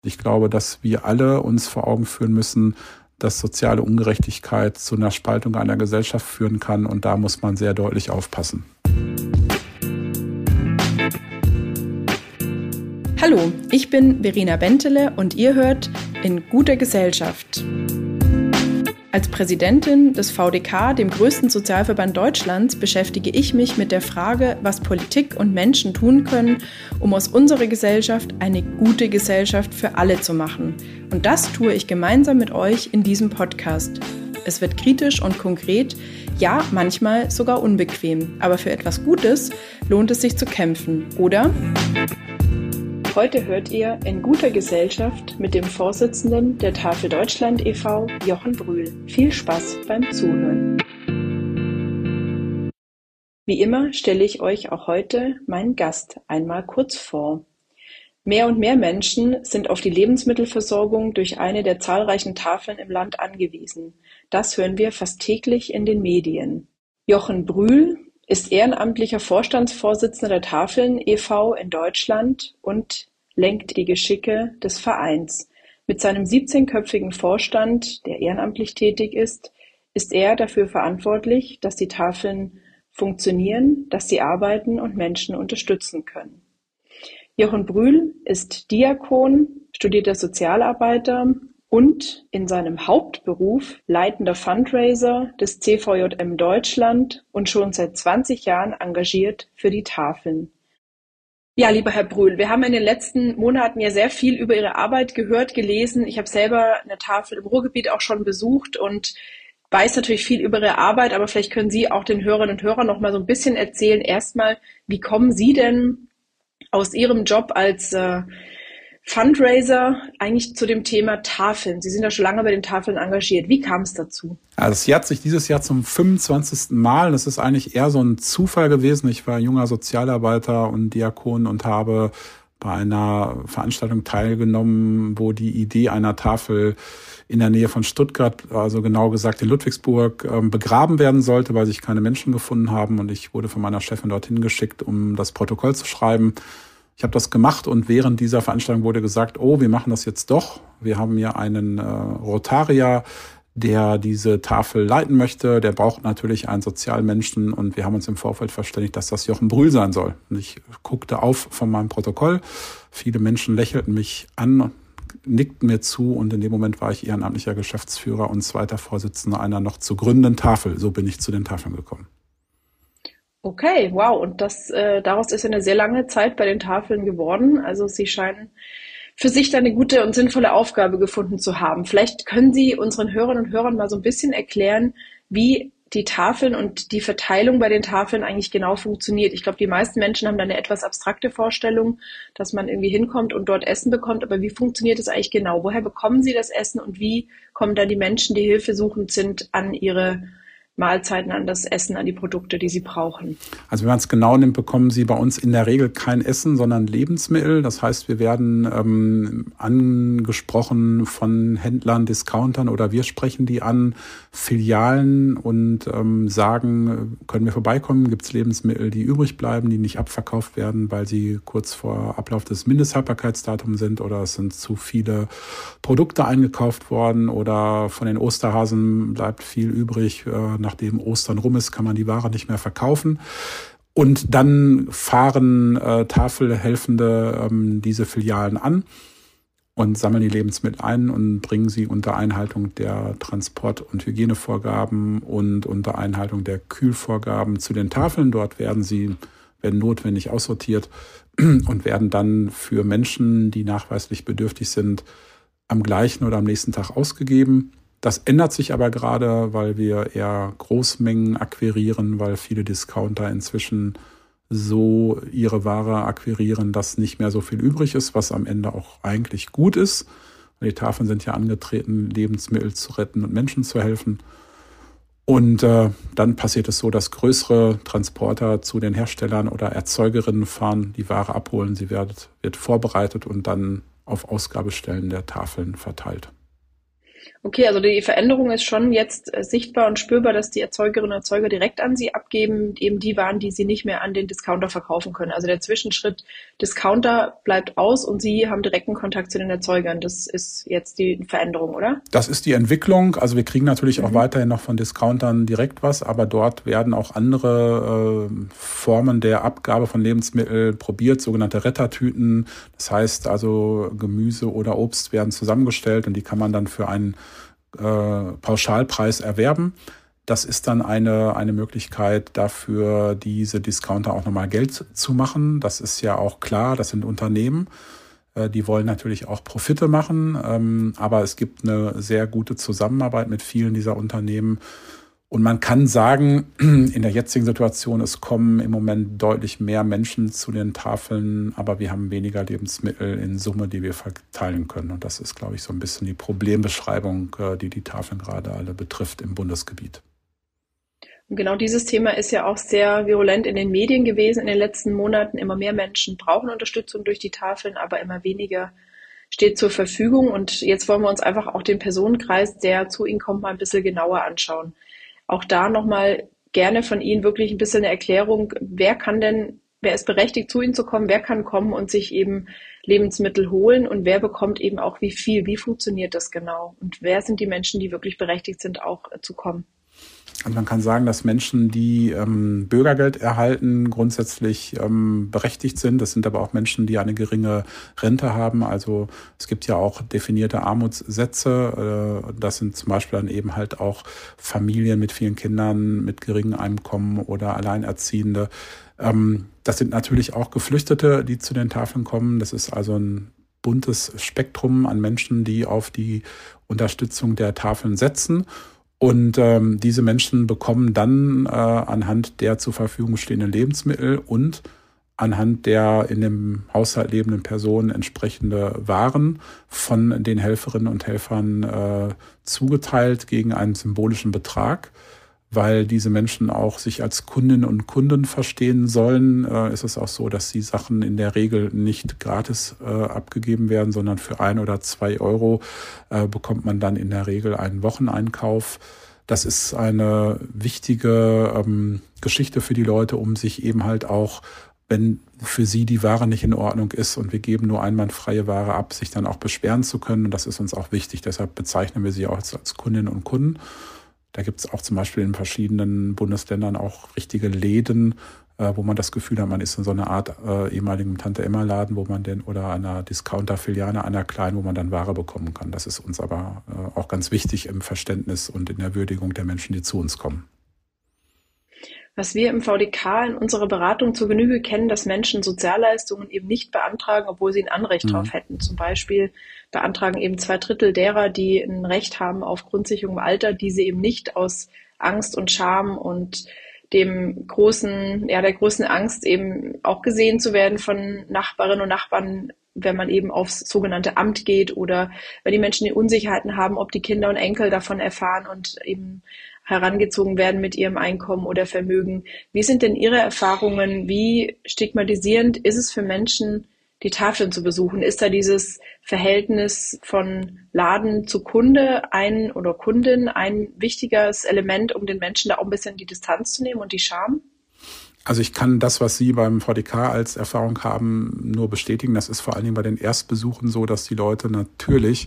Ich glaube, dass wir alle uns vor Augen führen müssen, dass soziale Ungerechtigkeit zu einer Spaltung einer Gesellschaft führen kann. Und da muss man sehr deutlich aufpassen. Hallo, ich bin Verena Bentele und ihr hört In guter Gesellschaft. Als Präsidentin des VDK, dem größten Sozialverband Deutschlands, beschäftige ich mich mit der Frage, was Politik und Menschen tun können, um aus unserer Gesellschaft eine gute Gesellschaft für alle zu machen. Und das tue ich gemeinsam mit euch in diesem Podcast. Es wird kritisch und konkret, ja, manchmal sogar unbequem. Aber für etwas Gutes lohnt es sich zu kämpfen, oder? Heute hört ihr In guter Gesellschaft mit dem Vorsitzenden der Tafel Deutschland e.V., Jochen Brühl. Viel Spaß beim Zuhören. Wie immer stelle ich euch auch heute meinen Gast einmal kurz vor. Mehr und mehr Menschen sind auf die Lebensmittelversorgung durch eine der zahlreichen Tafeln im Land angewiesen. Das hören wir fast täglich in den Medien. Jochen Brühl ist ehrenamtlicher Vorstandsvorsitzender der Tafeln e.V. in Deutschland und lenkt die Geschicke des Vereins. Mit seinem 17-köpfigen Vorstand, der ehrenamtlich tätig ist er dafür verantwortlich, dass die Tafeln funktionieren, dass sie arbeiten und Menschen unterstützen können. Jochen Brühl ist Diakon, studierter Sozialarbeiter und in seinem Hauptberuf leitender Fundraiser des CVJM Deutschland und schon seit 20 Jahren engagiert für die Tafeln. Ja, lieber Herr Brühl, wir haben in den letzten Monaten ja sehr viel über Ihre Arbeit gehört, gelesen. Ich habe selber eine Tafel im Ruhrgebiet auch schon besucht und weiß natürlich viel über Ihre Arbeit, aber vielleicht können Sie auch den Hörerinnen und Hörern noch mal so ein bisschen erzählen. Erstmal, wie kommen Sie denn aus Ihrem Job als Fundraiser eigentlich zu dem Thema Tafeln? Sie sind ja schon lange bei den Tafeln engagiert. Wie kam es dazu? Also es jährt sich dieses Jahr zum 25. Mal. Das ist eigentlich eher so ein Zufall gewesen. Ich war junger Sozialarbeiter und Diakon und habe bei einer Veranstaltung teilgenommen, wo die Idee einer Tafel in der Nähe von Stuttgart, also genau gesagt in Ludwigsburg, begraben werden sollte, weil sich keine Menschen gefunden haben. Und ich wurde von meiner Chefin dorthin geschickt, um das Protokoll zu schreiben. Ich habe das gemacht und während dieser Veranstaltung wurde gesagt, wir machen das jetzt doch. Wir haben hier einen Rotarier, der diese Tafel leiten möchte. Der braucht natürlich einen Sozialmenschen und wir haben uns im Vorfeld verständigt, dass das Jochen Brühl sein soll. Und ich guckte auf von meinem Protokoll. Viele Menschen lächelten mich an, nickten mir zu und in dem Moment war ich ehrenamtlicher Geschäftsführer und zweiter Vorsitzender einer noch zu gründenden Tafel. So bin ich zu den Tafeln gekommen. Okay, wow. Und daraus ist eine sehr lange Zeit bei den Tafeln geworden. Also Sie scheinen für sich da eine gute und sinnvolle Aufgabe gefunden zu haben. Vielleicht können Sie unseren Hörerinnen und Hörern mal so ein bisschen erklären, wie die Tafeln und die Verteilung bei den Tafeln eigentlich genau funktioniert. Ich glaube, die meisten Menschen haben da eine etwas abstrakte Vorstellung, dass man irgendwie hinkommt und dort Essen bekommt. Aber wie funktioniert das eigentlich genau? Woher bekommen Sie das Essen und wie kommen dann die Menschen, die hilfesuchend sind, an ihre Mahlzeiten, an das Essen, an die Produkte, die sie brauchen? Also wenn man es genau nimmt, bekommen Sie bei uns in der Regel kein Essen, sondern Lebensmittel. Das heißt, wir werden angesprochen von Händlern, Discountern oder wir sprechen die an, Filialen und sagen, können wir vorbeikommen? Gibt es Lebensmittel, die übrig bleiben, die nicht abverkauft werden, weil sie kurz vor Ablauf des Mindesthaltbarkeitsdatums sind oder es sind zu viele Produkte eingekauft worden oder von den Osterhasen bleibt viel übrig. Nachdem Ostern rum ist, kann man die Ware nicht mehr verkaufen. Und dann fahren Tafelhelfende diese Filialen an und sammeln die Lebensmittel ein und bringen sie unter Einhaltung der Transport- und Hygienevorgaben und unter Einhaltung der Kühlvorgaben zu den Tafeln. Dort werden notwendig aussortiert und werden dann für Menschen, die nachweislich bedürftig sind, am gleichen oder am nächsten Tag ausgegeben. Das ändert sich aber gerade, weil wir eher Großmengen akquirieren, weil viele Discounter inzwischen so ihre Ware akquirieren, dass nicht mehr so viel übrig ist, was am Ende auch eigentlich gut ist. Die Tafeln sind ja angetreten, Lebensmittel zu retten und Menschen zu helfen. Und dann passiert es so, dass größere Transporter zu den Herstellern oder Erzeugerinnen fahren, die Ware abholen, sie wird vorbereitet und dann auf Ausgabestellen der Tafeln verteilt. Okay, also die Veränderung ist schon jetzt sichtbar und spürbar, dass die Erzeugerinnen und Erzeuger direkt an Sie abgeben, eben die Waren, die Sie nicht mehr an den Discounter verkaufen können. Also der Zwischenschritt Discounter bleibt aus und Sie haben direkten Kontakt zu den Erzeugern. Das ist jetzt die Veränderung, oder? Das ist die Entwicklung. Also wir kriegen natürlich auch weiterhin noch von Discountern direkt was, aber dort werden auch andere Formen der Abgabe von Lebensmitteln probiert, sogenannte Rettertüten. Das heißt also Gemüse oder Obst werden zusammengestellt und die kann man dann für einen Pauschalpreis erwerben. Das ist dann eine Möglichkeit dafür, diese Discounter auch nochmal Geld zu machen. Das ist ja auch klar, das sind Unternehmen. Die wollen natürlich auch Profite machen, aber es gibt eine sehr gute Zusammenarbeit mit vielen dieser Unternehmen. Und man kann sagen, in der jetzigen Situation, es kommen im Moment deutlich mehr Menschen zu den Tafeln, aber wir haben weniger Lebensmittel in Summe, die wir verteilen können. Und das ist, glaube ich, so ein bisschen die Problembeschreibung, die die Tafeln gerade alle betrifft im Bundesgebiet. Und genau dieses Thema ist ja auch sehr virulent in den Medien gewesen in den letzten Monaten. Immer mehr Menschen brauchen Unterstützung durch die Tafeln, aber immer weniger steht zur Verfügung. Und jetzt wollen wir uns einfach auch den Personenkreis, der zu Ihnen kommt, mal ein bisschen genauer anschauen. Auch da nochmal gerne von Ihnen wirklich ein bisschen eine Erklärung, wer ist berechtigt, zu Ihnen zu kommen, wer kann kommen und sich eben Lebensmittel holen und wer bekommt eben auch wie viel, wie funktioniert das genau und wer sind die Menschen, die wirklich berechtigt sind, auch zu kommen. Und man kann sagen, dass Menschen, die Bürgergeld erhalten, grundsätzlich berechtigt sind. Das sind aber auch Menschen, die eine geringe Rente haben. Also es gibt ja auch definierte Armutssätze. Das sind zum Beispiel dann eben halt auch Familien mit vielen Kindern, mit geringem Einkommen oder Alleinerziehende. Das sind natürlich auch Geflüchtete, die zu den Tafeln kommen. Das ist also ein buntes Spektrum an Menschen, die auf die Unterstützung der Tafeln setzen. Und diese Menschen bekommen dann anhand der zur Verfügung stehenden Lebensmittel und anhand der in dem Haushalt lebenden Personen entsprechende Waren von den Helferinnen und Helfern zugeteilt gegen einen symbolischen Betrag. Weil diese Menschen auch sich als Kundinnen und Kunden verstehen sollen, ist es auch so, dass die Sachen in der Regel nicht gratis abgegeben werden, sondern für 1 oder 2 Euro bekommt man dann in der Regel einen Wocheneinkauf. Das ist eine wichtige Geschichte für die Leute, um sich eben halt auch, wenn für sie die Ware nicht in Ordnung ist und wir geben nur einwandfreie Ware ab, sich dann auch beschweren zu können. Und das ist uns auch wichtig. Deshalb bezeichnen wir sie auch als Kundinnen und Kunden. Da gibt es auch zum Beispiel in verschiedenen Bundesländern auch richtige Läden, wo man das Gefühl hat, man ist in so einer Art ehemaligen Tante-Emma-Laden, wo man denn oder einer Discounter-Filiale, einer kleinen, wo man dann Ware bekommen kann. Das ist uns aber auch ganz wichtig im Verständnis und in der Würdigung der Menschen, die zu uns kommen. Was wir im VDK in unserer Beratung zur Genüge kennen, dass Menschen Sozialleistungen eben nicht beantragen, obwohl sie ein Anrecht drauf hätten. Zum Beispiel beantragen eben 2/3 derer, die ein Recht haben auf Grundsicherung im Alter, diese eben nicht aus Angst und Scham und der großen Angst eben auch gesehen zu werden von Nachbarinnen und Nachbarn, wenn man eben aufs sogenannte Amt geht oder wenn die Menschen die Unsicherheiten haben, ob die Kinder und Enkel davon erfahren und eben herangezogen werden mit ihrem Einkommen oder Vermögen. Wie sind denn Ihre Erfahrungen? Wie stigmatisierend ist es für Menschen, die Tafeln zu besuchen? Ist da dieses Verhältnis von Laden zu Kunde oder Kundin ein wichtiges Element, um den Menschen da auch ein bisschen die Distanz zu nehmen und die Scham? Also ich kann das, was Sie beim VDK als Erfahrung haben, nur bestätigen. Das ist vor allen Dingen bei den Erstbesuchen so, dass die Leute natürlich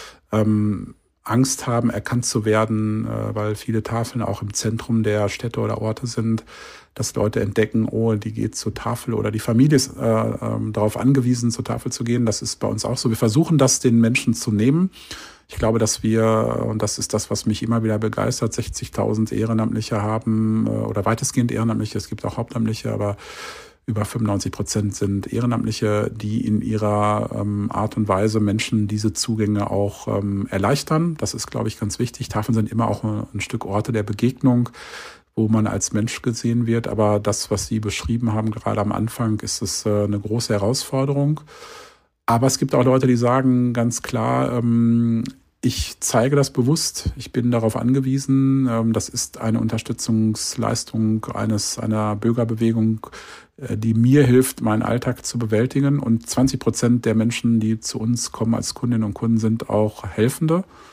Angst haben, erkannt zu werden, weil viele Tafeln auch im Zentrum der Städte oder Orte sind, dass Leute entdecken, oh, die geht zur Tafel oder die Familie ist darauf angewiesen, zur Tafel zu gehen. Das ist bei uns auch so. Wir versuchen das den Menschen zu nehmen. Ich glaube, dass wir, und das ist das, was mich immer wieder begeistert, 60.000 Ehrenamtliche haben oder weitestgehend Ehrenamtliche. Es gibt auch Hauptamtliche, aber über 95% sind Ehrenamtliche, die in ihrer Art und Weise Menschen diese Zugänge auch erleichtern. Das ist, glaube ich, ganz wichtig. Tafeln sind immer auch ein Stück Orte der Begegnung, wo man als Mensch gesehen wird. Aber das, was Sie beschrieben haben, gerade am Anfang, ist es eine große Herausforderung. Aber es gibt auch Leute, die sagen ganz klar, ich zeige das bewusst, ich bin darauf angewiesen. Das ist eine Unterstützungsleistung einer Bürgerbewegung, die mir hilft, meinen Alltag zu bewältigen. Und 20% der Menschen, die zu uns kommen als Kundinnen und Kunden, sind auch Helfende.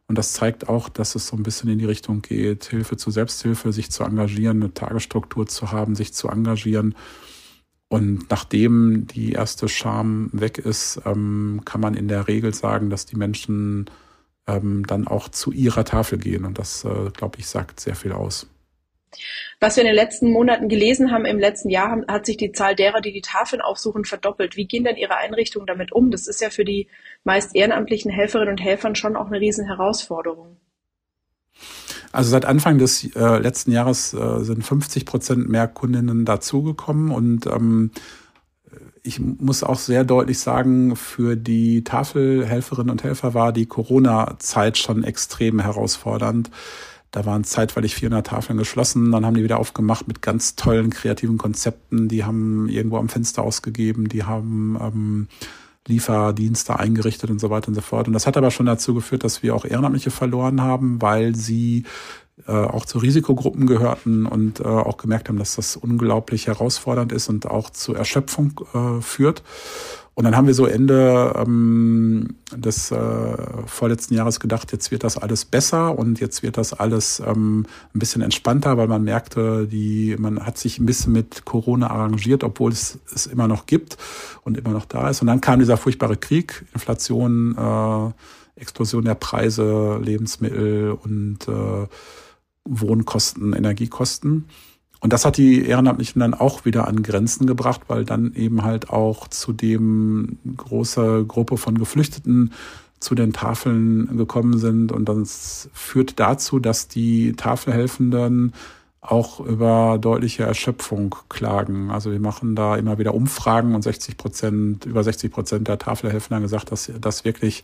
Und das zeigt auch, dass es so ein bisschen in die Richtung geht, Hilfe zur Selbsthilfe, sich zu engagieren, eine Tagesstruktur zu haben, sich zu engagieren. Und nachdem die erste Scham weg ist, kann man in der Regel sagen, dass die Menschen dann auch zu ihrer Tafel gehen. Und das, glaube ich, sagt sehr viel aus. Was wir in den letzten Monaten gelesen haben, im letzten Jahr hat sich die Zahl derer, die die Tafeln aufsuchen, verdoppelt. Wie gehen denn Ihre Einrichtungen damit um? Das ist ja für die meist ehrenamtlichen Helferinnen und Helfern schon auch eine riesen Herausforderung. Also seit Anfang des letzten Jahres sind 50% mehr Kundinnen dazugekommen und ich muss auch sehr deutlich sagen, für die Tafelhelferinnen und Helfer war die Corona-Zeit schon extrem herausfordernd. Da waren zeitweilig 400 Tafeln geschlossen, dann haben die wieder aufgemacht mit ganz tollen kreativen Konzepten. Die haben irgendwo am Fenster ausgegeben, die haben Lieferdienste eingerichtet und so weiter und so fort. Und das hat aber schon dazu geführt, dass wir auch Ehrenamtliche verloren haben, weil sie auch zu Risikogruppen gehörten und auch gemerkt haben, dass das unglaublich herausfordernd ist und auch zu Erschöpfung führt. Und dann haben wir so Ende des vorletzten Jahres gedacht, jetzt wird das alles besser und jetzt wird das alles ein bisschen entspannter, weil man merkte, man hat sich ein bisschen mit Corona arrangiert, obwohl es immer noch gibt und immer noch da ist. Und dann kam dieser furchtbare Krieg, Inflation, Explosion der Preise, Lebensmittel und Wohnkosten, Energiekosten. Und das hat die Ehrenamtlichen dann auch wieder an Grenzen gebracht, weil dann eben halt auch zudem große Gruppe von Geflüchteten zu den Tafeln gekommen sind. Und das führt dazu, dass die Tafelhelfenden auch über deutliche Erschöpfung klagen. Also wir machen da immer wieder Umfragen und über 60% der Tafelhelfenden haben gesagt, dass das wirklich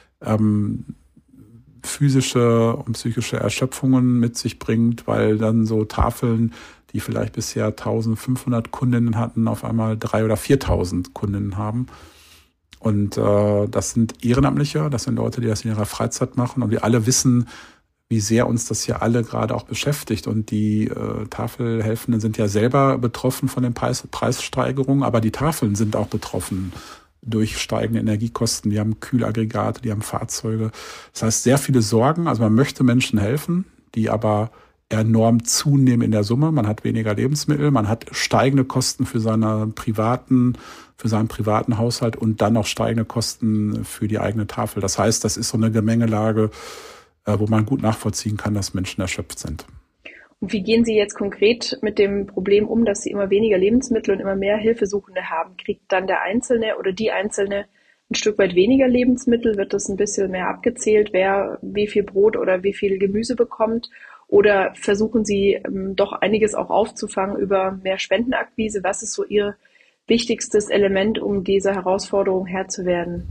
physische und psychische Erschöpfungen mit sich bringt, weil dann so Tafeln, die vielleicht bisher 1500 Kundinnen hatten, auf einmal 3.000 oder 4.000 Kundinnen haben. Und das sind Ehrenamtliche, das sind Leute, die das in ihrer Freizeit machen. Und wir alle wissen, wie sehr uns das hier alle gerade auch beschäftigt. Und die Tafelhelfenden sind ja selber betroffen von den Preissteigerungen, aber die Tafeln sind auch betroffen durch steigende Energiekosten. Die haben Kühlaggregate, die haben Fahrzeuge. Das heißt, sehr viele Sorgen. Also man möchte Menschen helfen, die aber enorm zunehmen in der Summe. Man hat weniger Lebensmittel, man hat steigende Kosten für seinen privaten Haushalt und dann noch steigende Kosten für die eigene Tafel. Das heißt, das ist so eine Gemengelage, wo man gut nachvollziehen kann, dass Menschen erschöpft sind. Und wie gehen Sie jetzt konkret mit dem Problem um, dass Sie immer weniger Lebensmittel und immer mehr Hilfesuchende haben? Kriegt dann der Einzelne oder die Einzelne ein Stück weit weniger Lebensmittel? Wird das ein bisschen mehr abgezählt, wer wie viel Brot oder wie viel Gemüse bekommt? Oder versuchen Sie doch einiges auch aufzufangen über mehr Spendenakquise? Was ist so Ihr wichtigstes Element, um dieser Herausforderung Herr zu werden?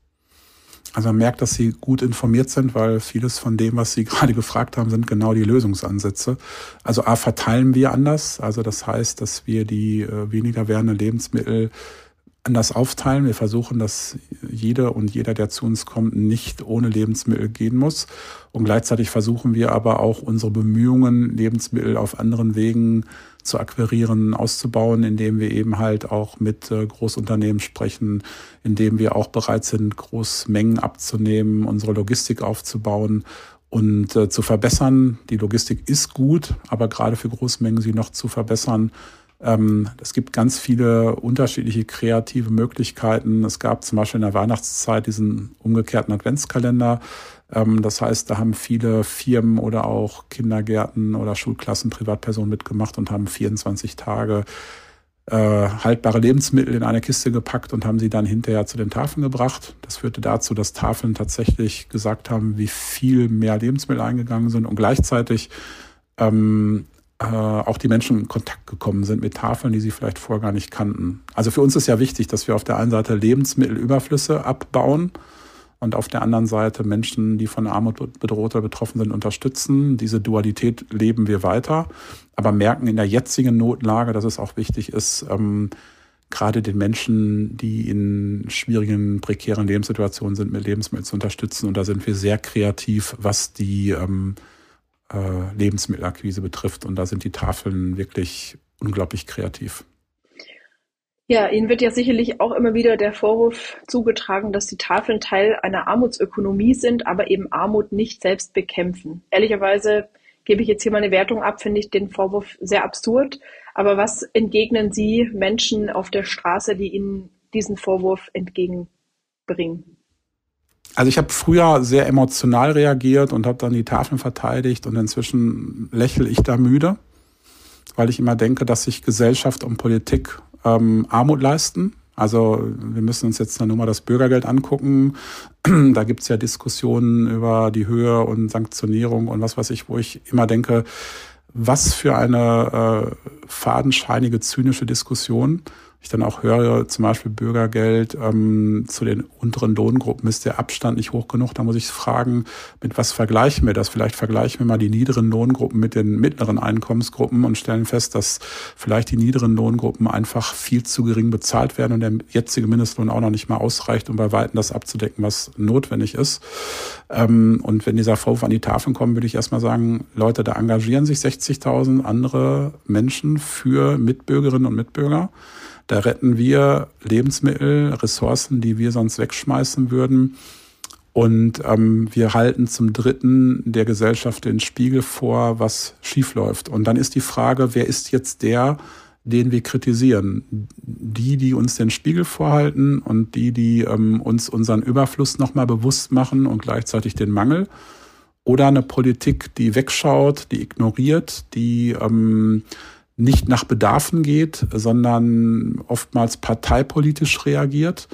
Also man merkt, dass Sie gut informiert sind, weil vieles von dem, was Sie gerade gefragt haben, sind genau die Lösungsansätze. Also A, verteilen wir anders. Also das heißt, dass wir die weniger werdenden Lebensmittel anders aufteilen. Wir versuchen, dass jede und jeder, der zu uns kommt, nicht ohne Lebensmittel gehen muss. Und gleichzeitig versuchen wir aber auch unsere Bemühungen, Lebensmittel auf anderen Wegen zu akquirieren, auszubauen, indem wir eben halt auch mit Großunternehmen sprechen, indem wir auch bereit sind, Großmengen abzunehmen, unsere Logistik aufzubauen und zu verbessern. Die Logistik ist gut, aber gerade für Großmengen sie noch zu verbessern. Es gibt ganz viele unterschiedliche kreative Möglichkeiten. Es gab zum Beispiel in der Weihnachtszeit diesen umgekehrten Adventskalender. Das heißt, da haben viele Firmen oder auch Kindergärten oder Schulklassen, Privatpersonen mitgemacht und haben 24 Tage haltbare Lebensmittel in eine Kiste gepackt und haben sie dann hinterher zu den Tafeln gebracht. Das führte dazu, dass Tafeln tatsächlich gesagt haben, wie viel mehr Lebensmittel eingegangen sind und gleichzeitig auch die Menschen in Kontakt gekommen sind mit Tafeln, die sie vielleicht vorher gar nicht kannten. Also für uns ist ja wichtig, dass wir auf der einen Seite Lebensmittelüberflüsse abbauen und auf der anderen Seite Menschen, die von Armut bedroht oder betroffen sind, unterstützen. Diese Dualität leben wir weiter, aber merken in der jetzigen Notlage, dass es auch wichtig ist, gerade den Menschen, die in schwierigen, prekären Lebenssituationen sind, mit Lebensmitteln zu unterstützen. Und da sind wir sehr kreativ, was die Lebensmittelakquise betrifft. Und da sind die Tafeln wirklich unglaublich kreativ. Ja, Ihnen wird ja sicherlich auch immer wieder der Vorwurf zugetragen, dass die Tafeln Teil einer Armutsökonomie sind, aber eben Armut nicht selbst bekämpfen. Ehrlicherweise gebe ich jetzt hier mal eine Wertung ab, finde ich den Vorwurf sehr absurd. Aber was entgegnen Sie Menschen auf der Straße, die Ihnen diesen Vorwurf entgegenbringen? Also ich habe früher sehr emotional reagiert und habe dann die Tafeln verteidigt und inzwischen lächle ich da müde, weil ich immer denke, dass sich Gesellschaft und Politik Armut leisten. Also wir müssen uns jetzt nur mal das Bürgergeld angucken. Da gibt's ja Diskussionen über die Höhe und Sanktionierung und was weiß ich, wo ich immer denke, was für eine fadenscheinige, zynische Diskussion. Ich dann auch höre, zum Beispiel Bürgergeld zu den unteren Lohngruppen ist der Abstand nicht hoch genug. Da muss ich fragen, mit was vergleichen wir das? Vielleicht vergleichen wir mal die niederen Lohngruppen mit den mittleren Einkommensgruppen und stellen fest, dass vielleicht die niederen Lohngruppen einfach viel zu gering bezahlt werden und der jetzige Mindestlohn auch noch nicht mal ausreicht, um bei Weitem das abzudecken, was notwendig ist. Und wenn dieser Vorwurf an die Tafeln kommt, würde ich erstmal sagen, Leute, da engagieren sich 60.000 andere Menschen für Mitbürgerinnen und Mitbürger. Da retten wir Lebensmittel, Ressourcen, die wir sonst wegschmeißen würden. Und wir halten zum Dritten der Gesellschaft den Spiegel vor, was schiefläuft. Und dann ist die Frage, wer ist jetzt der, den wir kritisieren? Die uns den Spiegel vorhalten und die uns unseren Überfluss nochmal bewusst machen und gleichzeitig den Mangel? Oder eine Politik, die wegschaut, die ignoriert, die nicht nach Bedarfen geht, sondern oftmals parteipolitisch reagiert.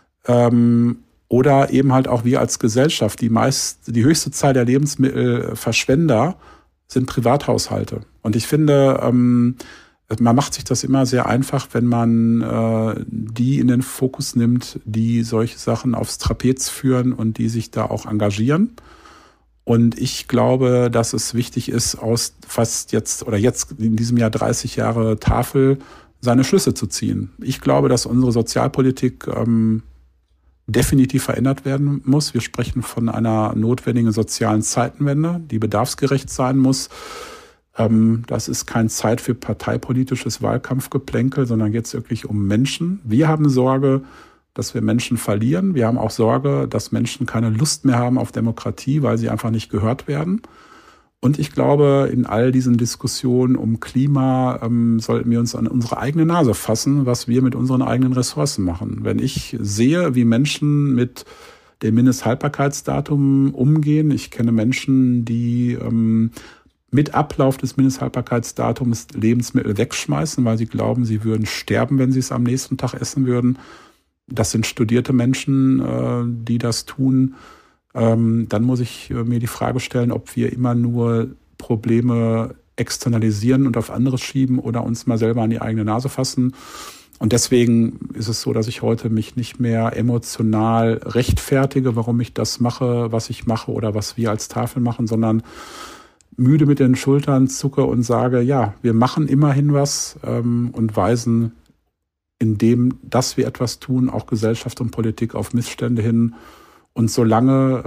Oder eben halt auch wir als Gesellschaft. Die höchste Zahl der Lebensmittelverschwender sind Privathaushalte. Und ich finde, man macht sich das immer sehr einfach, wenn man die in den Fokus nimmt, die solche Sachen aufs Trapez führen und die sich da auch engagieren. Und ich glaube, dass es wichtig ist, aus fast jetzt in diesem Jahr 30 Jahre Tafel seine Schlüsse zu ziehen. Ich glaube, dass unsere Sozialpolitik definitiv verändert werden muss. Wir sprechen von einer notwendigen sozialen Zeitenwende, die bedarfsgerecht sein muss. Das ist keine Zeit für parteipolitisches Wahlkampfgeplänkel, sondern geht es wirklich um Menschen. Wir haben Sorge, dass wir Menschen verlieren. Wir haben auch Sorge, dass Menschen keine Lust mehr haben auf Demokratie, weil sie einfach nicht gehört werden. Und ich glaube, in all diesen Diskussionen um Klima sollten wir uns an unsere eigene Nase fassen, was wir mit unseren eigenen Ressourcen machen. Wenn ich sehe, wie Menschen mit dem Mindesthaltbarkeitsdatum umgehen, ich kenne Menschen, die mit Ablauf des Mindesthaltbarkeitsdatums Lebensmittel wegschmeißen, weil sie glauben, sie würden sterben, wenn sie es am nächsten Tag essen würden. Das sind studierte Menschen, die das tun. Dann muss ich mir die Frage stellen, ob wir immer nur Probleme externalisieren und auf andere schieben oder uns mal selber an die eigene Nase fassen. Und deswegen ist es so, dass ich heute mich nicht mehr emotional rechtfertige, warum ich das mache, was ich mache oder was wir als Tafel machen, sondern müde mit den Schultern zucke und sage, ja, wir machen immerhin was und weisen, indem, dass wir etwas tun, auch Gesellschaft und Politik auf Missstände hin. Und solange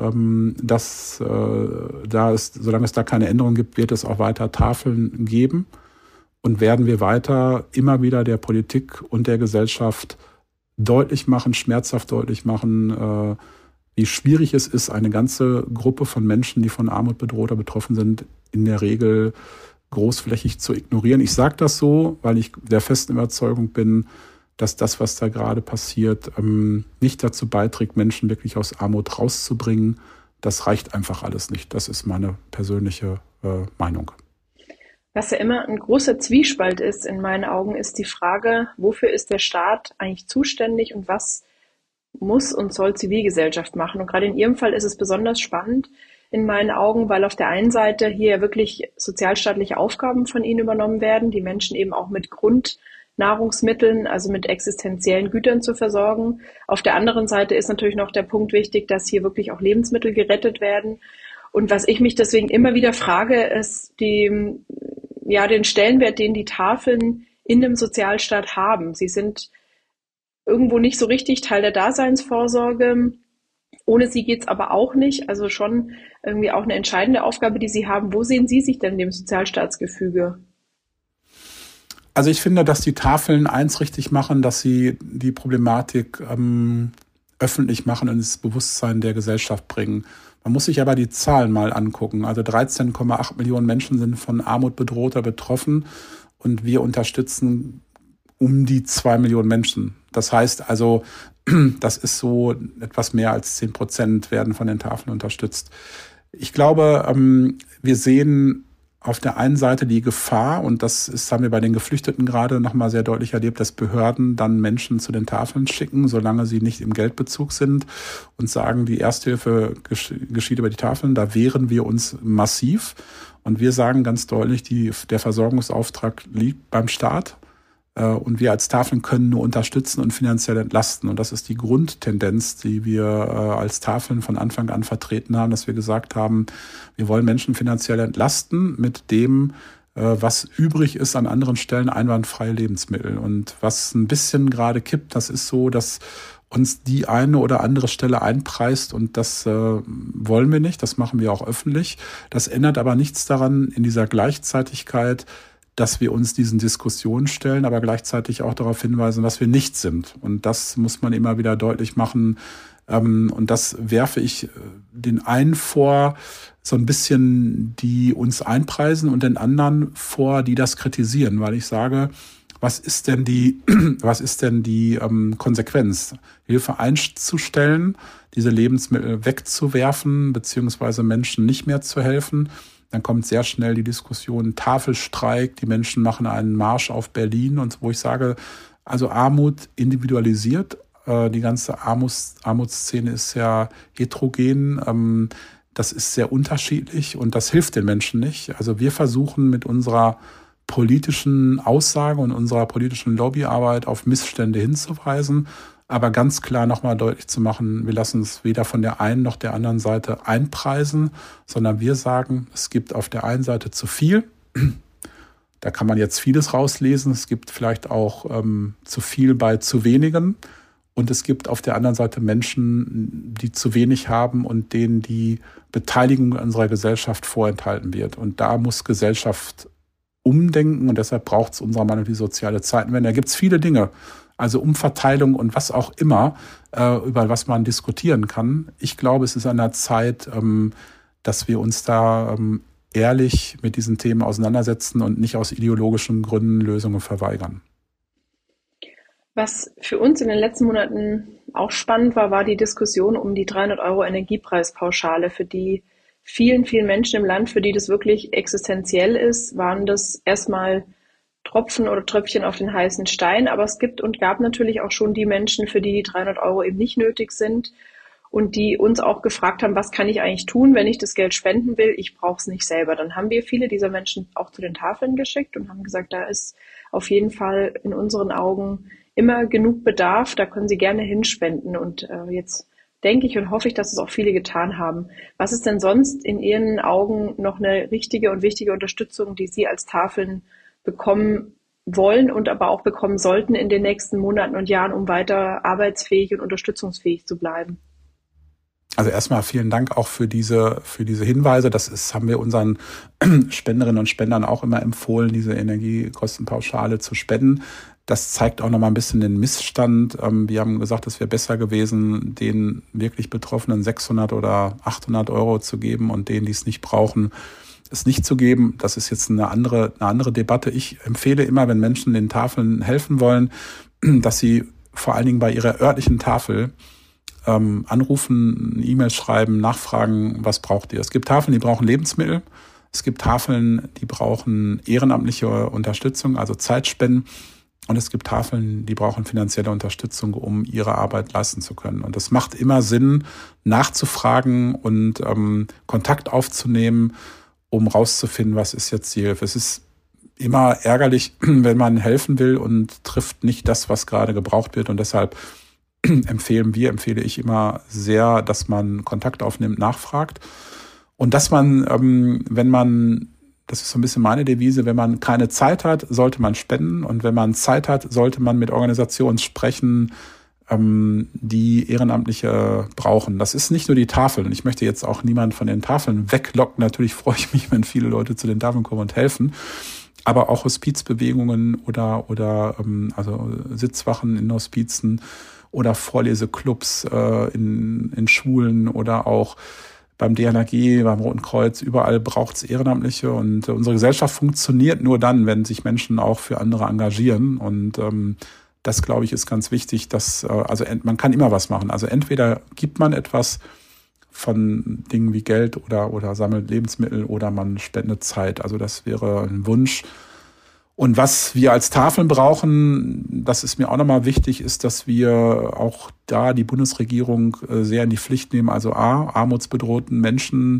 solange es da keine Änderung gibt, wird es auch weiter Tafeln geben und werden wir weiter immer wieder der Politik und der Gesellschaft schmerzhaft deutlich machen, wie schwierig es ist, eine ganze Gruppe von Menschen, die von Armut bedroht oder betroffen sind, in der Regel großflächig zu ignorieren. Ich sage das so, weil ich der festen Überzeugung bin, dass das, was da gerade passiert, nicht dazu beiträgt, Menschen wirklich aus Armut rauszubringen. Das reicht einfach alles nicht. Das ist meine persönliche Meinung. Was ja immer ein großer Zwiespalt ist in meinen Augen, ist die Frage, wofür ist der Staat eigentlich zuständig und was muss und soll Zivilgesellschaft machen? Und gerade in Ihrem Fall ist es besonders spannend in meinen Augen, weil auf der einen Seite hier wirklich sozialstaatliche Aufgaben von Ihnen übernommen werden, die Menschen eben auch mit Grundnahrungsmitteln, also mit existenziellen Gütern zu versorgen. Auf der anderen Seite ist natürlich noch der Punkt wichtig, dass hier wirklich auch Lebensmittel gerettet werden. Und was ich mich deswegen immer wieder frage, ist den Stellenwert, den die Tafeln in dem Sozialstaat haben. Sie sind irgendwo nicht so richtig Teil der Daseinsvorsorge. Ohne sie geht's aber auch nicht. Also schon irgendwie auch eine entscheidende Aufgabe, die Sie haben. Wo sehen Sie sich denn in dem Sozialstaatsgefüge? Also ich finde, dass die Tafeln eins richtig machen, dass sie die Problematik öffentlich machen und ins Bewusstsein der Gesellschaft bringen. Man muss sich aber die Zahlen mal angucken. Also 13,8 Millionen Menschen sind von Armut bedroht oder betroffen und wir unterstützen um die 2 Millionen Menschen. Das heißt also, das ist so etwas mehr als 10% werden von den Tafeln unterstützt. Ich glaube, wir sehen auf der einen Seite die Gefahr, und das haben wir bei den Geflüchteten gerade nochmal sehr deutlich erlebt, dass Behörden dann Menschen zu den Tafeln schicken, solange sie nicht im Geldbezug sind und sagen, die Ersthilfe geschieht über die Tafeln. Da wehren wir uns massiv. Und wir sagen ganz deutlich, der Versorgungsauftrag liegt beim Staat. Und wir als Tafeln können nur unterstützen und finanziell entlasten. Und das ist die Grundtendenz, die wir als Tafeln von Anfang an vertreten haben, dass wir gesagt haben, wir wollen Menschen finanziell entlasten mit dem, was übrig ist an anderen Stellen, einwandfreie Lebensmittel. Und was ein bisschen gerade kippt, das ist so, dass uns die eine oder andere Stelle einpreist, und das wollen wir nicht, das machen wir auch öffentlich. Das ändert aber nichts daran in dieser Gleichzeitigkeit, dass wir uns diesen Diskussionen stellen, aber gleichzeitig auch darauf hinweisen, was wir nicht sind. Und das muss man immer wieder deutlich machen. Und das werfe ich den einen vor, so ein bisschen, die uns einpreisen, und den anderen vor, die das kritisieren, weil ich sage, was ist denn die Konsequenz? Hilfe einzustellen, diese Lebensmittel wegzuwerfen, beziehungsweise Menschen nicht mehr zu helfen. Dann kommt sehr schnell die Diskussion Tafelstreik, die Menschen machen einen Marsch auf Berlin, und wo ich sage, also Armut individualisiert, die ganze Armutsszene ist sehr heterogen, das ist sehr unterschiedlich und das hilft den Menschen nicht. Also wir versuchen mit unserer politischen Aussage und unserer politischen Lobbyarbeit auf Missstände hinzuweisen, aber ganz klar nochmal deutlich zu machen, wir lassen es weder von der einen noch der anderen Seite einpreisen, sondern wir sagen, es gibt auf der einen Seite zu viel. Da kann man jetzt vieles rauslesen. Es gibt vielleicht auch zu viel bei zu wenigen. Und es gibt auf der anderen Seite Menschen, die zu wenig haben und denen die Beteiligung an unserer Gesellschaft vorenthalten wird. Und da muss Gesellschaft umdenken, und deshalb braucht es unserer Meinung nach die soziale Zeitenwende. Da gibt es viele Dinge, also Umverteilung und was auch immer, über was man diskutieren kann. Ich glaube, es ist an der Zeit, dass wir uns da ehrlich mit diesen Themen auseinandersetzen und nicht aus ideologischen Gründen Lösungen verweigern. Was für uns in den letzten Monaten auch spannend war, war die Diskussion um die 300 € Energiepreispauschale, für die vielen, vielen Menschen im Land, für die das wirklich existenziell ist, waren das erstmal Tropfen oder Tröpfchen auf den heißen Stein. Aber es gibt und gab natürlich auch schon die Menschen, für die die 300 € eben nicht nötig sind und die uns auch gefragt haben, was kann ich eigentlich tun, wenn ich das Geld spenden will? Ich brauche es nicht selber. Dann haben wir viele dieser Menschen auch zu den Tafeln geschickt und haben gesagt, da ist auf jeden Fall in unseren Augen immer genug Bedarf, da können Sie gerne hinspenden. Und jetzt denke ich und hoffe ich, dass es auch viele getan haben. Was ist denn sonst in Ihren Augen noch eine richtige und wichtige Unterstützung, die Sie als Tafeln bekommen wollen und aber auch bekommen sollten in den nächsten Monaten und Jahren, um weiter arbeitsfähig und unterstützungsfähig zu bleiben? Also erstmal vielen Dank auch für diese Hinweise. Haben wir unseren Spenderinnen und Spendern auch immer empfohlen, diese Energiekostenpauschale zu spenden. Das zeigt auch nochmal ein bisschen den Missstand. Wir haben gesagt, es wäre besser gewesen, den wirklich Betroffenen 600 oder 800 € zu geben und denen, die es nicht brauchen, es nicht zu geben. Das ist jetzt eine andere Debatte. Ich empfehle immer, wenn Menschen den Tafeln helfen wollen, dass sie vor allen Dingen bei ihrer örtlichen Tafel anrufen, E-Mails schreiben, nachfragen, was braucht ihr. Es gibt Tafeln, die brauchen Lebensmittel. Es gibt Tafeln, die brauchen ehrenamtliche Unterstützung, also Zeitspenden. Und es gibt Tafeln, die brauchen finanzielle Unterstützung, um ihre Arbeit leisten zu können. Und es macht immer Sinn, nachzufragen und Kontakt aufzunehmen, um rauszufinden, was ist jetzt die Hilfe. Es ist immer ärgerlich, wenn man helfen will und trifft nicht das, was gerade gebraucht wird. Und deshalb empfehle ich immer sehr, dass man Kontakt aufnimmt, nachfragt. Und dass man, das ist so ein bisschen meine Devise, wenn man keine Zeit hat, sollte man spenden. Und wenn man Zeit hat, sollte man mit Organisationen sprechen, die Ehrenamtliche brauchen. Das ist nicht nur die Tafel. Und ich möchte jetzt auch niemanden von den Tafeln weglocken. Natürlich freue ich mich, wenn viele Leute zu den Tafeln kommen und helfen. aber auch Hospizbewegungen oder also Sitzwachen in Hospizen oder Vorleseclubs in Schulen oder auch beim DLRG, beim Roten Kreuz, überall braucht es Ehrenamtliche und unsere Gesellschaft funktioniert nur dann, wenn sich Menschen auch für andere engagieren und das, glaube ich, ist ganz wichtig, dass man kann immer was machen. Also entweder gibt man etwas von Dingen wie Geld oder sammelt Lebensmittel oder man spendet Zeit. Also das wäre ein Wunsch. Und was wir als Tafeln brauchen, das ist mir auch nochmal wichtig, ist, dass wir auch da die Bundesregierung sehr in die Pflicht nehmen. Also armutsbedrohten Menschen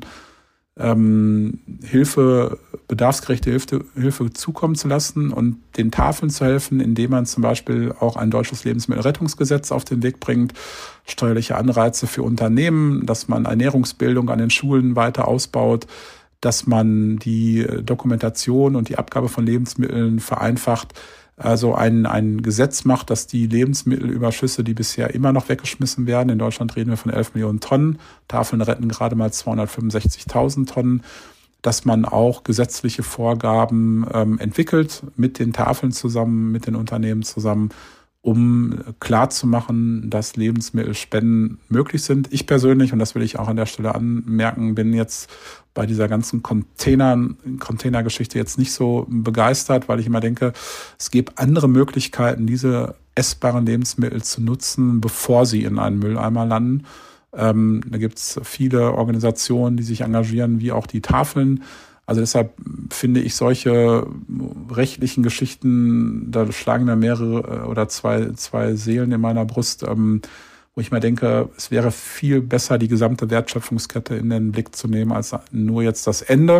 bedarfsgerechte Hilfe zukommen zu lassen und den Tafeln zu helfen, indem man zum Beispiel auch ein deutsches Lebensmittelrettungsgesetz auf den Weg bringt, steuerliche Anreize für Unternehmen, dass man Ernährungsbildung an den Schulen weiter ausbaut, dass man die Dokumentation und die Abgabe von Lebensmitteln vereinfacht, also ein Gesetz macht, dass die Lebensmittelüberschüsse, die bisher immer noch weggeschmissen werden, in Deutschland reden wir von 11 Millionen Tonnen, Tafeln retten gerade mal 265.000 Tonnen, dass man auch gesetzliche Vorgaben entwickelt mit den Tafeln zusammen, mit den Unternehmen zusammen, um klarzumachen, dass Lebensmittelspenden möglich sind. Ich persönlich, und das will ich auch an der Stelle anmerken, bin jetzt bei dieser ganzen Containergeschichte jetzt nicht so begeistert, weil ich immer denke, es gibt andere Möglichkeiten, diese essbaren Lebensmittel zu nutzen, bevor sie in einen Mülleimer landen. Da gibt es viele Organisationen, die sich engagieren, wie auch die Tafeln. Also deshalb finde ich solche rechtlichen Geschichten, da schlagen mir mehrere oder zwei Seelen in meiner Brust, wo ich mir denke, es wäre viel besser, die gesamte Wertschöpfungskette in den Blick zu nehmen, als nur jetzt das Ende.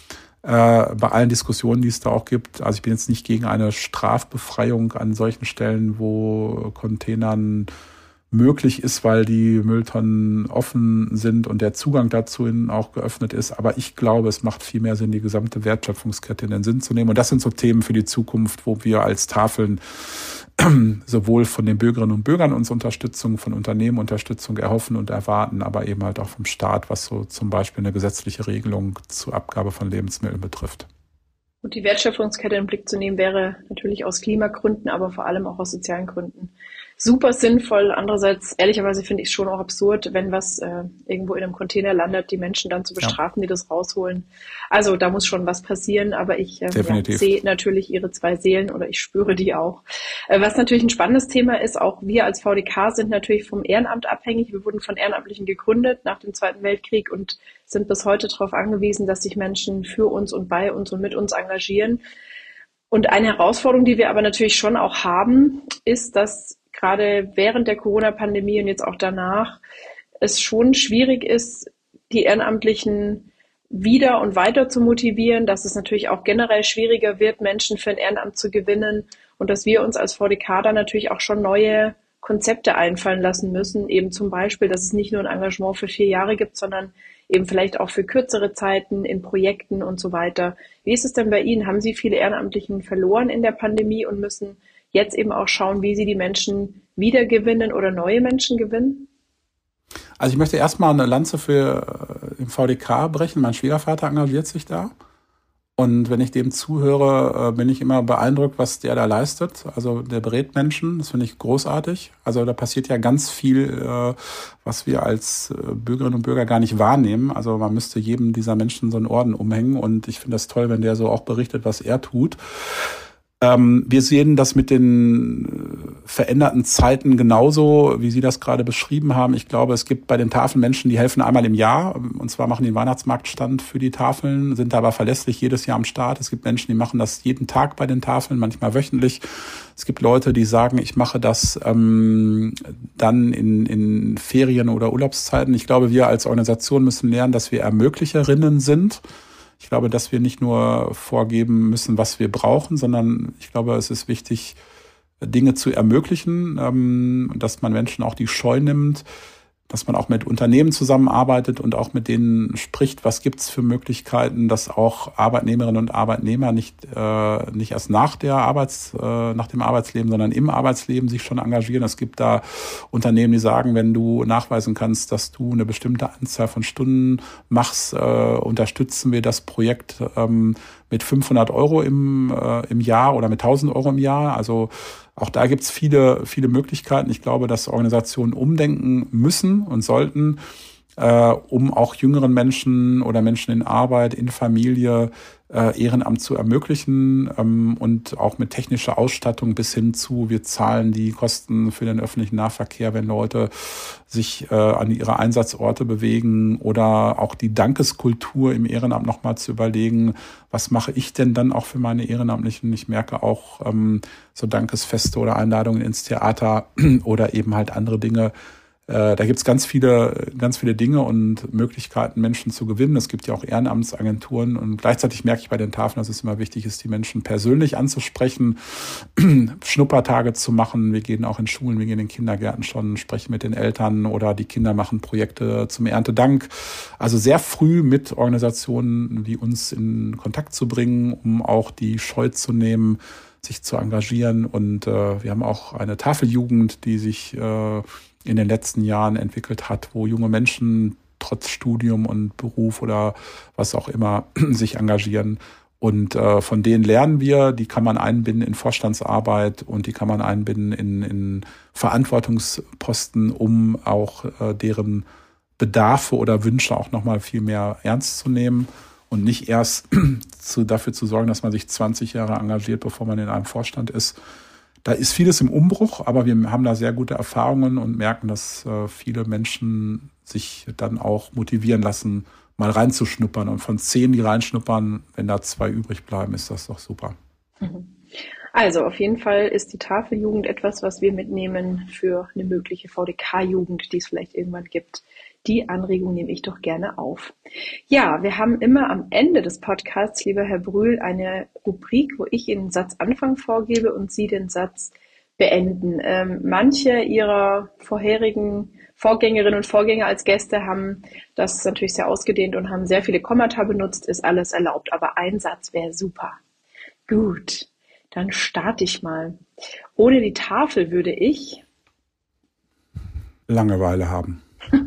Bei allen Diskussionen, die es da auch gibt. Also ich bin jetzt nicht gegen eine Strafbefreiung an solchen Stellen, wo Containern möglich ist, weil die Mülltonnen offen sind und der Zugang dazu auch geöffnet ist. Aber ich glaube, es macht viel mehr Sinn, die gesamte Wertschöpfungskette in den Sinn zu nehmen. Und das sind so Themen für die Zukunft, wo wir als Tafeln sowohl von den Bürgerinnen und Bürgern uns Unterstützung, von Unternehmen Unterstützung erhoffen und erwarten, aber eben halt auch vom Staat, was so zum Beispiel eine gesetzliche Regelung zur Abgabe von Lebensmitteln betrifft. Und die Wertschöpfungskette in den Blick zu nehmen, wäre natürlich aus Klimagründen, aber vor allem auch aus sozialen Gründen super sinnvoll. Andererseits, ehrlicherweise finde ich es schon auch absurd, wenn was irgendwo in einem Container landet, die Menschen dann zu bestrafen, die das rausholen. Also da muss schon was passieren, aber ich sehe natürlich ihre zwei Seelen oder ich spüre die auch. Was natürlich ein spannendes Thema ist, auch wir als VDK sind natürlich vom Ehrenamt abhängig. Wir wurden von Ehrenamtlichen gegründet nach dem Zweiten Weltkrieg und sind bis heute darauf angewiesen, dass sich Menschen für uns und bei uns und mit uns engagieren. Und eine Herausforderung, die wir aber natürlich schon auch haben, ist, dass gerade während der Corona-Pandemie und jetzt auch danach es schon schwierig ist, die Ehrenamtlichen wieder und weiter zu motivieren, dass es natürlich auch generell schwieriger wird, Menschen für ein Ehrenamt zu gewinnen und dass wir uns als VDK da natürlich auch schon neue Konzepte einfallen lassen müssen, eben zum Beispiel, dass es nicht nur ein Engagement für 4 Jahre gibt, sondern eben vielleicht auch für kürzere Zeiten in Projekten und so weiter. Wie ist es denn bei Ihnen? Haben Sie viele Ehrenamtlichen verloren in der Pandemie und müssen jetzt eben auch schauen, wie Sie die Menschen wiedergewinnen oder neue Menschen gewinnen? Also ich möchte erstmal eine Lanze für den VDK brechen. Mein Schwiegervater engagiert sich da. Und wenn ich dem zuhöre, bin ich immer beeindruckt, was der da leistet. Also der berät Menschen, das finde ich großartig. Also da passiert ja ganz viel, was wir als Bürgerinnen und Bürger gar nicht wahrnehmen. Also man müsste jedem dieser Menschen so einen Orden umhängen. Und ich finde das toll, wenn der so auch berichtet, was er tut. Wir sehen das mit den veränderten Zeiten genauso, wie Sie das gerade beschrieben haben. Ich glaube, es gibt bei den Tafeln Menschen, die helfen einmal im Jahr. Und zwar machen die einen Weihnachtsmarktstand für die Tafeln, sind aber verlässlich jedes Jahr am Start. Es gibt Menschen, die machen das jeden Tag bei den Tafeln, manchmal wöchentlich. Es gibt Leute, die sagen, ich mache das dann in Ferien oder Urlaubszeiten. Ich glaube, wir als Organisation müssen lernen, dass wir Ermöglicherinnen sind. Ich glaube, dass wir nicht nur vorgeben müssen, was wir brauchen, sondern ich glaube, es ist wichtig, Dinge zu ermöglichen, dass man Menschen auch die Scheu nimmt. dass man auch mit Unternehmen zusammenarbeitet und auch mit denen spricht, was gibt's für Möglichkeiten, dass auch Arbeitnehmerinnen und Arbeitnehmer nicht erst nach dem Arbeitsleben, sondern im Arbeitsleben sich schon engagieren. Es gibt da Unternehmen, die sagen, wenn du nachweisen kannst, dass du eine bestimmte Anzahl von Stunden machst, unterstützen wir das Projekt mit 500 Euro im Jahr oder mit 1000 Euro im Jahr. Also auch da gibt's viele, viele Möglichkeiten. Ich glaube, dass Organisationen umdenken müssen und sollten, um auch jüngeren Menschen oder Menschen in Arbeit, in Familie Ehrenamt zu ermöglichen, und auch mit technischer Ausstattung bis hin zu, wir zahlen die Kosten für den öffentlichen Nahverkehr, wenn Leute sich an ihre Einsatzorte bewegen, oder auch die Dankeskultur im Ehrenamt nochmal zu überlegen, was mache ich denn dann auch für meine Ehrenamtlichen? Ich merke auch so Dankesfeste oder Einladungen ins Theater oder eben halt andere Dinge. Da gibt's ganz viele Dinge und Möglichkeiten, Menschen zu gewinnen. Es gibt ja auch Ehrenamtsagenturen, und gleichzeitig merke ich bei den Tafeln, dass es immer wichtig ist, die Menschen persönlich anzusprechen, Schnuppertage zu machen. Wir gehen auch in Schulen, wir gehen in Kindergärten schon, sprechen mit den Eltern, oder die Kinder machen Projekte zum Erntedank. Also sehr früh mit Organisationen wie uns in Kontakt zu bringen, um auch die Scheu zu nehmen, sich zu engagieren. Und wir haben auch eine Tafeljugend, die sich in den letzten Jahren entwickelt hat, wo junge Menschen trotz Studium und Beruf oder was auch immer sich engagieren. Und von denen lernen wir, die kann man einbinden in Vorstandsarbeit und die kann man einbinden in Verantwortungsposten, um auch deren Bedarfe oder Wünsche auch nochmal viel mehr ernst zu nehmen und nicht erst dafür zu sorgen, dass man sich 20 Jahre engagiert, bevor man in einem Vorstand ist. Da ist vieles im Umbruch, aber wir haben da sehr gute Erfahrungen und merken, dass viele Menschen sich dann auch motivieren lassen, mal reinzuschnuppern. Und von 10, die reinschnuppern, wenn da 2 übrig bleiben, ist das doch super. Also auf jeden Fall ist die Tafeljugend etwas, was wir mitnehmen für eine mögliche VDK-Jugend, die es vielleicht irgendwann gibt. Die Anregung nehme ich doch gerne auf. Ja, wir haben immer am Ende des Podcasts, lieber Herr Brühl, eine Rubrik, wo ich Ihnen einen Satzanfang vorgebe und Sie den Satz beenden. Manche Ihrer vorherigen Vorgängerinnen und Vorgänger als Gäste haben das natürlich sehr ausgedehnt und haben sehr viele Kommata benutzt, ist alles erlaubt, aber ein Satz wäre super. Gut, dann starte ich mal. Ohne die Tafel würde ich Langeweile haben.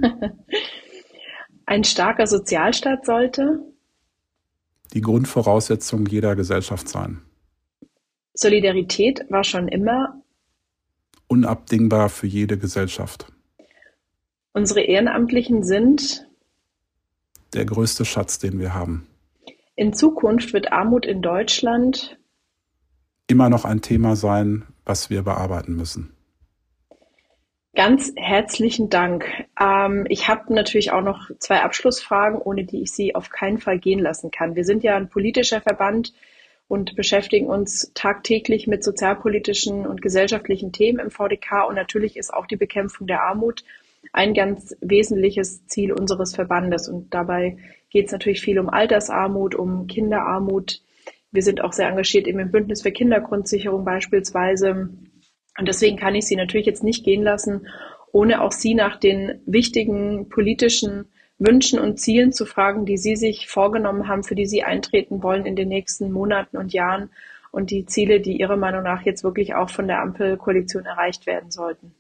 Ein starker Sozialstaat sollte die Grundvoraussetzung jeder Gesellschaft sein. Solidarität war schon immer unabdingbar für jede Gesellschaft. Unsere Ehrenamtlichen sind der größte Schatz, den wir haben. In Zukunft wird Armut in Deutschland immer noch ein Thema sein, was wir bearbeiten müssen. Ganz herzlichen Dank. Ich habe natürlich auch noch 2 Abschlussfragen, ohne die ich Sie auf keinen Fall gehen lassen kann. Wir sind ja ein politischer Verband und beschäftigen uns tagtäglich mit sozialpolitischen und gesellschaftlichen Themen im VDK. Und natürlich ist auch die Bekämpfung der Armut ein ganz wesentliches Ziel unseres Verbandes. Und dabei geht es natürlich viel um Altersarmut, um Kinderarmut. Wir sind auch sehr engagiert eben im Bündnis für Kindergrundsicherung beispielsweise. Und deswegen kann ich Sie natürlich jetzt nicht gehen lassen, ohne auch Sie nach den wichtigen politischen Wünschen und Zielen zu fragen, die Sie sich vorgenommen haben, für die Sie eintreten wollen in den nächsten Monaten und Jahren, und die Ziele, die Ihrer Meinung nach jetzt wirklich auch von der Ampelkoalition erreicht werden sollten.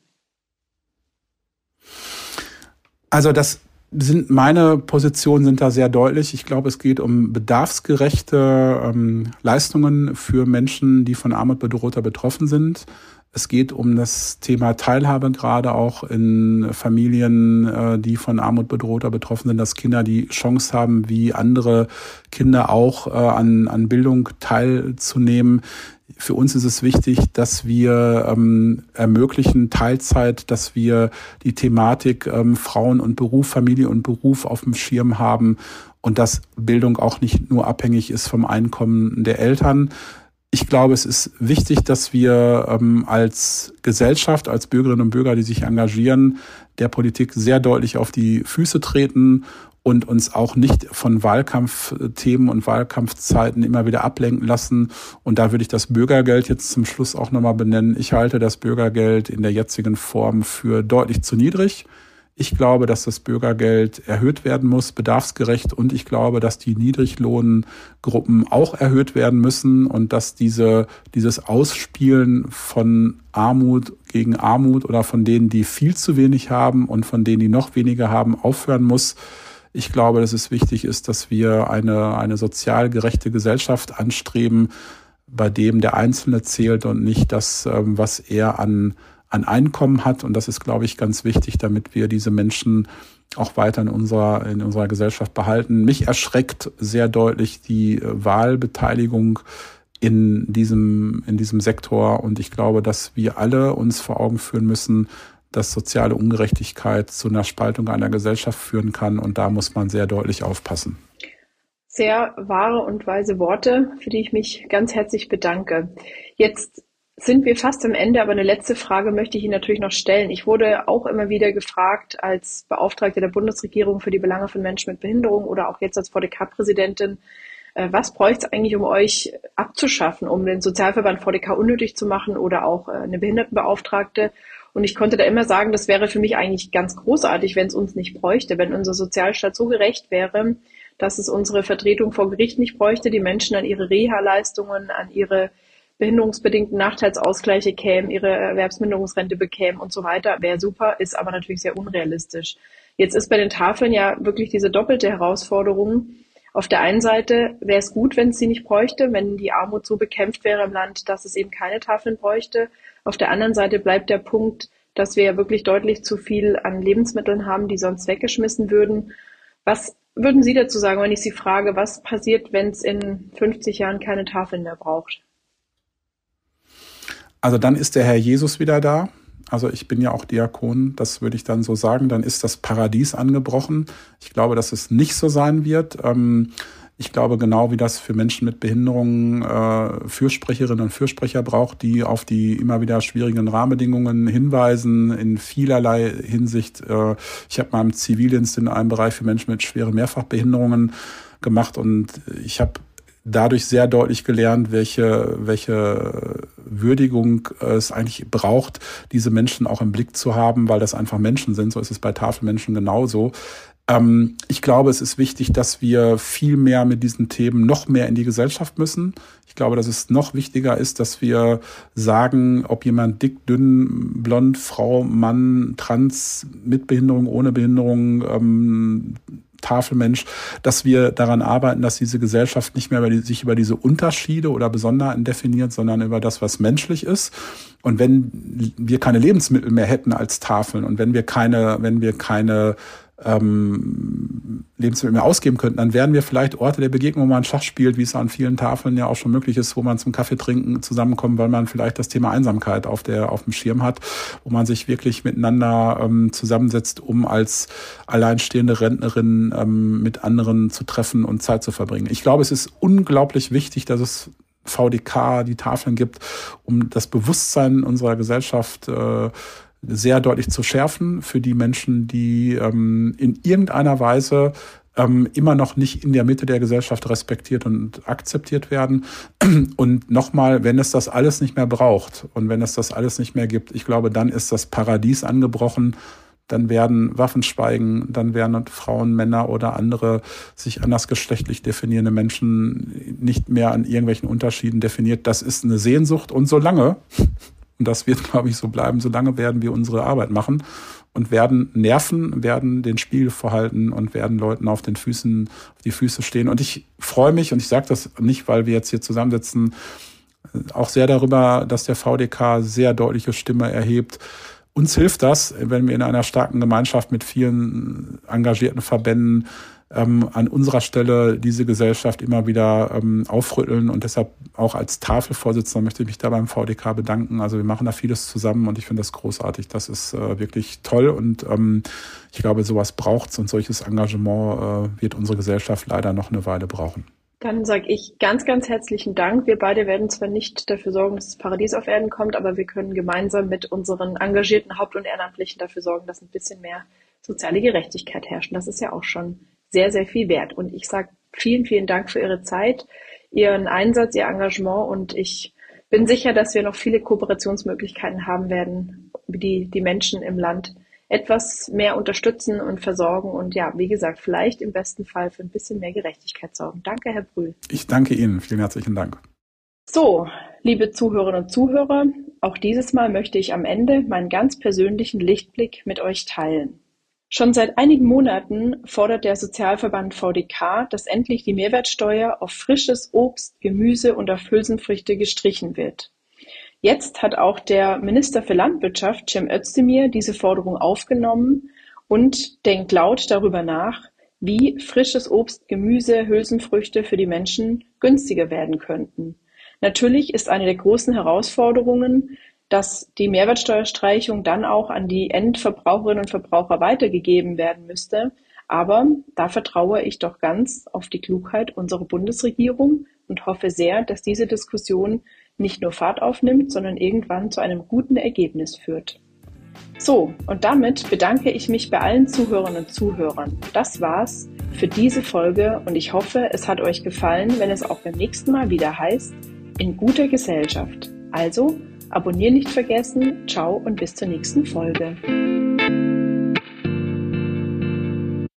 Also meine Positionen sind da sehr deutlich. Ich glaube, es geht um bedarfsgerechte Leistungen für Menschen, die von Armut bedrohter betroffen sind. Es geht um das Thema Teilhabe, gerade auch in Familien, die von Armut bedrohter betroffen sind, dass Kinder die Chance haben, wie andere Kinder auch an Bildung teilzunehmen. Für uns ist es wichtig, dass wir ermöglichen Teilzeit, dass wir die Thematik Frauen und Beruf, Familie und Beruf auf dem Schirm haben und dass Bildung auch nicht nur abhängig ist vom Einkommen der Eltern. Ich glaube, es ist wichtig, dass wir als Gesellschaft, als Bürgerinnen und Bürger, die sich engagieren, der Politik sehr deutlich auf die Füße treten und uns auch nicht von Wahlkampfthemen und Wahlkampfzeiten immer wieder ablenken lassen. Und da würde ich das Bürgergeld jetzt zum Schluss auch nochmal benennen. Ich halte das Bürgergeld in der jetzigen Form für deutlich zu niedrig. Ich glaube, dass das Bürgergeld erhöht werden muss, bedarfsgerecht. Und ich glaube, dass die Niedriglohngruppen auch erhöht werden müssen und dass dieses Ausspielen von Armut gegen Armut oder von denen, die viel zu wenig haben und von denen, die noch weniger haben, aufhören muss. Ich glaube, dass es wichtig ist, dass wir eine sozial gerechte Gesellschaft anstreben, bei dem der Einzelne zählt und nicht das, was er an Einkommen hat. Und das ist, glaube ich, ganz wichtig, damit wir diese Menschen auch weiter in unserer Gesellschaft behalten. Mich erschreckt sehr deutlich die Wahlbeteiligung in diesem Sektor. Und ich glaube, dass wir alle uns vor Augen führen müssen, dass soziale Ungerechtigkeit zu einer Spaltung einer Gesellschaft führen kann. Und da muss man sehr deutlich aufpassen. Sehr wahre und weise Worte, für die ich mich ganz herzlich bedanke. Jetzt sind wir fast am Ende, aber eine letzte Frage möchte ich Ihnen natürlich noch stellen. Ich wurde auch immer wieder gefragt als Beauftragte der Bundesregierung für die Belange von Menschen mit Behinderung oder auch jetzt als VDK-Präsidentin, was bräuchte es eigentlich, um euch abzuschaffen, um den Sozialverband VDK unnötig zu machen oder auch eine Behindertenbeauftragte? Und ich konnte da immer sagen, das wäre für mich eigentlich ganz großartig, wenn es uns nicht bräuchte, wenn unser Sozialstaat so gerecht wäre, dass es unsere Vertretung vor Gericht nicht bräuchte, die Menschen an ihre Reha-Leistungen, an ihre behinderungsbedingten Nachteilsausgleiche kämen, ihre Erwerbsminderungsrente bekämen und so weiter, wäre super, ist aber natürlich sehr unrealistisch. Jetzt ist bei den Tafeln ja wirklich diese doppelte Herausforderung. Auf der einen Seite wäre es gut, wenn es sie nicht bräuchte, wenn die Armut so bekämpft wäre im Land, dass es eben keine Tafeln bräuchte. Auf der anderen Seite bleibt der Punkt, dass wir ja wirklich deutlich zu viel an Lebensmitteln haben, die sonst weggeschmissen würden. Was würden Sie dazu sagen, wenn ich Sie frage, was passiert, wenn es in 50 Jahren keine Tafeln mehr braucht? Also dann ist der Herr Jesus wieder da. Also ich bin ja auch Diakon, das würde ich dann so sagen. Dann ist das Paradies angebrochen. Ich glaube, dass es nicht so sein wird. Ich glaube, genau wie das für Menschen mit Behinderungen Fürsprecherinnen und Fürsprecher braucht, die auf die immer wieder schwierigen Rahmenbedingungen hinweisen, in vielerlei Hinsicht. Ich habe mal im Zivildienst in einem Bereich für Menschen mit schweren Mehrfachbehinderungen gemacht und ich habe dadurch sehr deutlich gelernt, welche Würdigung es eigentlich braucht, diese Menschen auch im Blick zu haben, weil das einfach Menschen sind. So ist es bei Tafelmenschen genauso. Ich glaube, es ist wichtig, dass wir viel mehr mit diesen Themen noch mehr in die Gesellschaft müssen. Ich glaube, dass es noch wichtiger ist, dass wir sagen, ob jemand dick, dünn, blond, Frau, Mann, trans, mit Behinderung, ohne Behinderung, Tafelmensch, dass wir daran arbeiten, dass diese Gesellschaft nicht mehr sich über diese Unterschiede oder Besonderheiten definiert, sondern über das, was menschlich ist. Und wenn wir keine Lebensmittel mehr hätten als Tafeln und wenn wir keine Lebensmittel mehr ausgeben könnten, dann wären wir vielleicht Orte der Begegnung, wo man Schach spielt, wie es an vielen Tafeln ja auch schon möglich ist, wo man zum Kaffee trinken zusammenkommt, weil man vielleicht das Thema Einsamkeit auf dem Schirm hat, wo man sich wirklich miteinander zusammensetzt, um als alleinstehende Rentnerin mit anderen zu treffen und Zeit zu verbringen. Ich glaube, es ist unglaublich wichtig, dass es VDK, die Tafeln gibt, um das Bewusstsein unserer Gesellschaft sehr deutlich zu schärfen für die Menschen, die in irgendeiner Weise immer noch nicht in der Mitte der Gesellschaft respektiert und akzeptiert werden. Und nochmal, wenn es das alles nicht mehr braucht und wenn es das alles nicht mehr gibt, ich glaube, dann ist das Paradies angebrochen. Dann werden Waffen schweigen, dann werden Frauen, Männer oder andere sich andersgeschlechtlich definierende Menschen nicht mehr an irgendwelchen Unterschieden definiert. Das ist eine Sehnsucht und solange, und das wird, glaube ich, so bleiben, solange werden wir unsere Arbeit machen und werden nerven, werden den Spiegel vorhalten und werden Leuten auf die Füße stehen. Und ich freue mich, und ich sage das nicht, weil wir jetzt hier zusammensitzen, auch sehr darüber, dass der VDK sehr deutliche Stimme erhebt. Uns hilft das, wenn wir in einer starken Gemeinschaft mit vielen engagierten Verbänden an unserer Stelle diese Gesellschaft immer wieder aufrütteln, und deshalb auch als Tafelvorsitzender möchte ich mich da beim VDK bedanken. Also wir machen da vieles zusammen und ich finde das großartig. Das ist wirklich toll und ich glaube, sowas braucht's und solches Engagement wird unsere Gesellschaft leider noch eine Weile brauchen. Dann sage ich ganz, ganz herzlichen Dank. Wir beide werden zwar nicht dafür sorgen, dass das Paradies auf Erden kommt, aber wir können gemeinsam mit unseren engagierten Haupt- und Ehrenamtlichen dafür sorgen, dass ein bisschen mehr soziale Gerechtigkeit herrscht. Und das ist ja auch schon sehr, sehr viel wert. Und ich sage vielen, vielen Dank für Ihre Zeit, Ihren Einsatz, Ihr Engagement. Und ich bin sicher, dass wir noch viele Kooperationsmöglichkeiten haben werden, die Menschen im Land etwas mehr unterstützen und versorgen und ja, wie gesagt, vielleicht im besten Fall für ein bisschen mehr Gerechtigkeit sorgen. Danke, Herr Brühl. Ich danke Ihnen. Vielen herzlichen Dank. So, liebe Zuhörerinnen und Zuhörer, auch dieses Mal möchte ich am Ende meinen ganz persönlichen Lichtblick mit euch teilen. Schon seit einigen Monaten fordert der Sozialverband VDK, dass endlich die Mehrwertsteuer auf frisches Obst, Gemüse und auf Hülsenfrüchte gestrichen wird. Jetzt hat auch der Minister für Landwirtschaft, Cem Özdemir, diese Forderung aufgenommen und denkt laut darüber nach, wie frisches Obst, Gemüse, Hülsenfrüchte für die Menschen günstiger werden könnten. Natürlich ist eine der großen Herausforderungen, dass die Mehrwertsteuerstreichung dann auch an die Endverbraucherinnen und Verbraucher weitergegeben werden müsste. Aber da vertraue ich doch ganz auf die Klugheit unserer Bundesregierung und hoffe sehr, dass diese Diskussion nicht nur Fahrt aufnimmt, sondern irgendwann zu einem guten Ergebnis führt. So, und damit bedanke ich mich bei allen Zuhörerinnen und Zuhörern. Das war's für diese Folge und ich hoffe, es hat euch gefallen, wenn es auch beim nächsten Mal wieder heißt, in guter Gesellschaft. Also, abonnieren nicht vergessen, ciao und bis zur nächsten Folge.